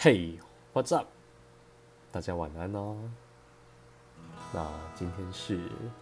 嘿，What's up？大家晚安哦。那今天是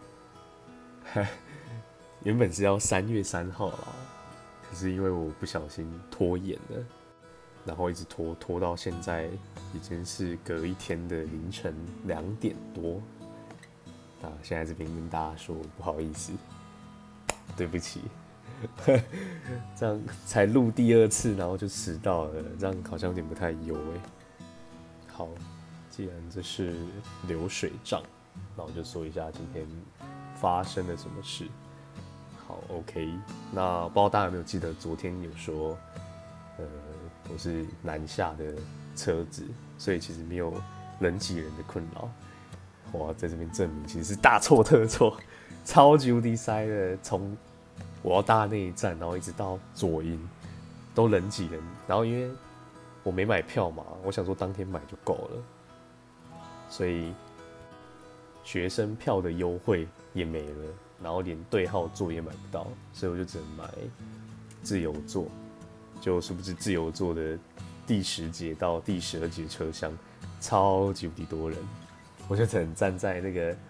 原本是要3月3号啦，可是因为我不小心拖延了，然后一直拖到现在，已经是隔一天的凌晨2点多。那现在这边跟大家说不好意思，对不起，这样才录第二次，然后就迟到了，这样好像有点不太优哎。好，既然这是流水账，那我就说一下今天发生了什么事。好，OK，那不知道大家有没有记得昨天有说，我是南下的车子，所以其实没有人挤人的困扰。哇，在这边证明其实是大错特错，超级无敌塞的，从我要搭那一站，然后一直到左营都人挤人，然后因为我没买票嘛，我想说当天买就够了，所以学生票的优惠也没了，然后连对号座也买不到，所以我就只能买自由座。就殊不知自由座的第10节到第12节车厢超级无敌多人，我就只能站在那个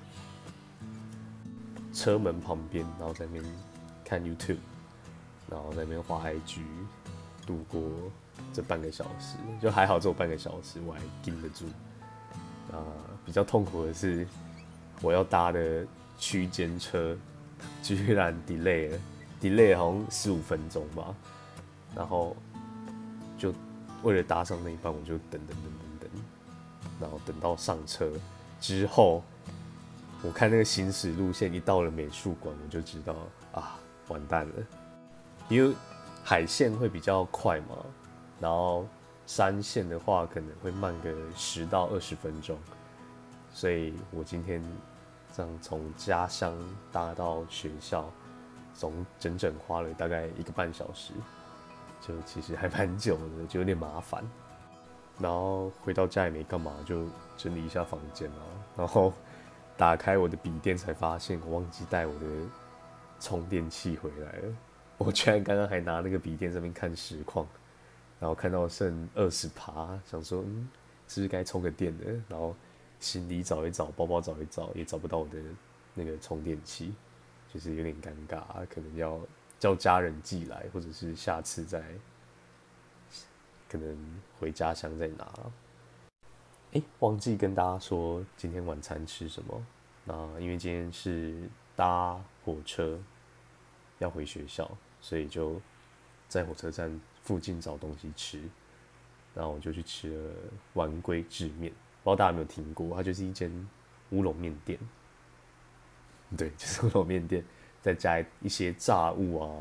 车门旁边，然后在那边看 YouTube，然后在那边滑 IG，度过这半个小时，就还好只有半个小时，我还顶得住。比较痛苦的是，我要搭的区间车居然 delay 好像15分钟吧，然后就为了搭上那一班，我就等，然后等到上车之后，我看那个行驶路线，一到了美术馆，我就知道啊，完蛋了，因为海线会比较快嘛，然后山线的话可能会慢个10到20分钟，所以我今天这样从家乡搭到学校，整整花了大概1个半小时，就其实还蛮久的，就有点麻烦。然后回到家也没干嘛，就整理一下房间啊，然后打开我的笔电才发现我忘记带我的充电器回来了。我居然刚刚还拿那个笔电上面看实况，然后看到剩20%，想说是不是该充个电的？然后行李找一找，包包找一找，也找不到我的那个充电器，就是有点尴尬，可能要叫家人寄来，或者是下次再可能回家乡再拿。忘记跟大家说今天晚餐吃什么。那因为今天是搭火车要回学校，所以就在火车站附近找东西吃。然后我就去吃了丸龟制面，不知道大家有没有听过？它就是一间乌龙面店，对，就是乌龙面店，再加一些炸物啊，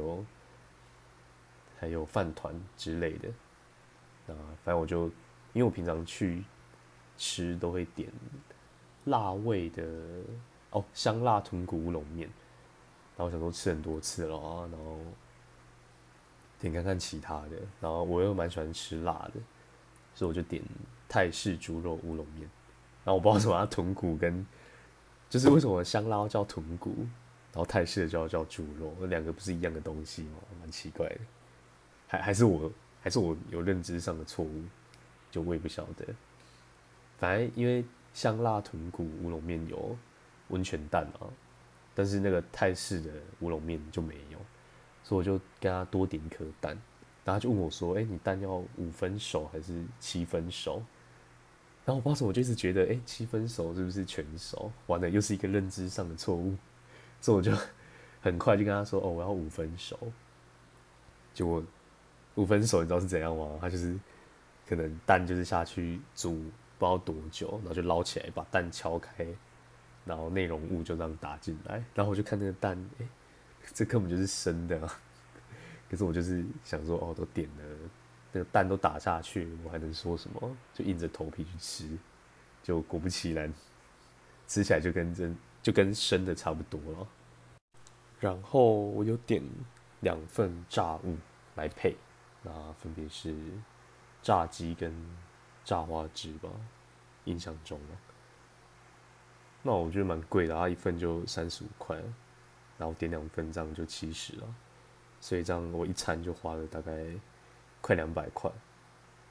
还有饭团之类的。反正我就因为我平常去吃都会点辣味的香辣豚骨乌龙面，然后我想说吃很多次了啊，然后点看看其他的，然后我又蛮喜欢吃辣的，所以我就点泰式猪肉乌龙面。然后我不知道为什么它豚骨跟就是为什么香辣要叫豚骨，然后泰式的就要叫猪肉，那两个不是一样的东西吗？蛮奇怪的，还是我有认知上的错误，就我也不晓得。反正因为香辣豚骨乌龙面有温泉蛋嘛，但是那个泰式的乌龙面就没有，所以我就跟他多点一颗蛋，然后他就问我说：你蛋要5分熟还是7分熟？”然后我不知道什么，我就一直觉得，7分熟是不是全熟？完了，又是一个认知上的错误，所以我就很快就跟他说：“哦，我要5分熟。”结果5分熟，你知道是怎样吗？他就是可能蛋就是下去煮不知道多久，然后就捞起来把蛋敲开，然后内容物就这样打进来，然后我就看那个蛋，这根本就是生的啊！可是我就是想说，都点了，那个蛋都打下去，我还能说什么？就硬着头皮去吃，就果不其然，吃起来就跟生的差不多了。然后我有点2份炸物来配，那分别是炸鸡跟炸花枝吧，印象中啊。那我觉得蛮贵的，它一份就35块，然后点2份这样就70了，所以这样我一餐就花了大概快200块。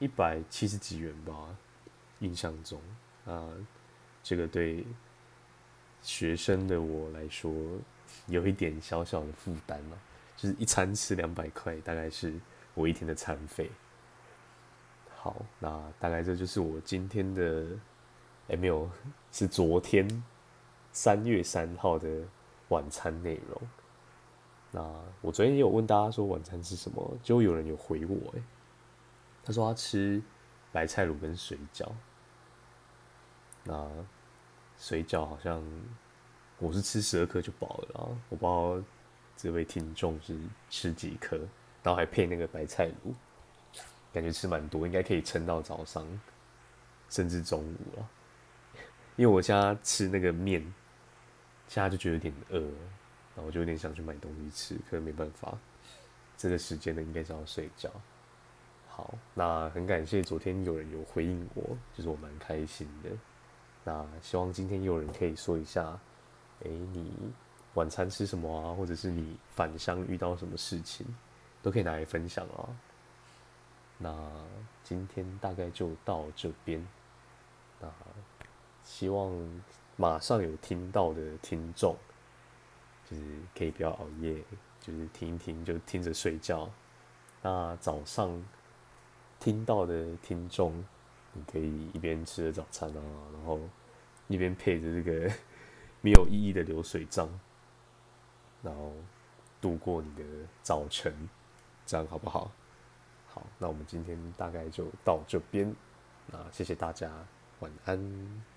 170几元吧，印象中。这个对学生的我来说有一点小小的负担了，就是一餐吃200块，大概是我一天的餐费。好，那大概这就是我今天的，没有，是昨天3月3号的晚餐内容。那我昨天也有问大家说晚餐吃什么，就有人有回我，他说他吃白菜卤跟水饺。那水饺好像我是吃12颗就饱了啦，我不知道这位听众是吃几颗，然后还配那个白菜卤，感觉吃蛮多，应该可以撑到早上，甚至中午了。因为我现在吃那个面，现在就觉得有点饿，然后我就有点想去买东西吃，可是没办法，这个时间呢应该是要睡觉。好，那很感谢昨天有人有回应我，就是我蛮开心的。那希望今天有人可以说一下，你晚餐吃什么啊？或者是你返乡遇到什么事情，都可以拿来分享啊。那今天大概就到这边。那希望马上有听到的听众，就是可以不要熬夜，就是听一听就听着睡觉。那早上听到的听众，你可以一边吃着早餐啊，然后一边配着这个没有意义的流水账，然后度过你的早晨，这样好不好？好，那我们今天大概就到这边，那谢谢大家，晚安。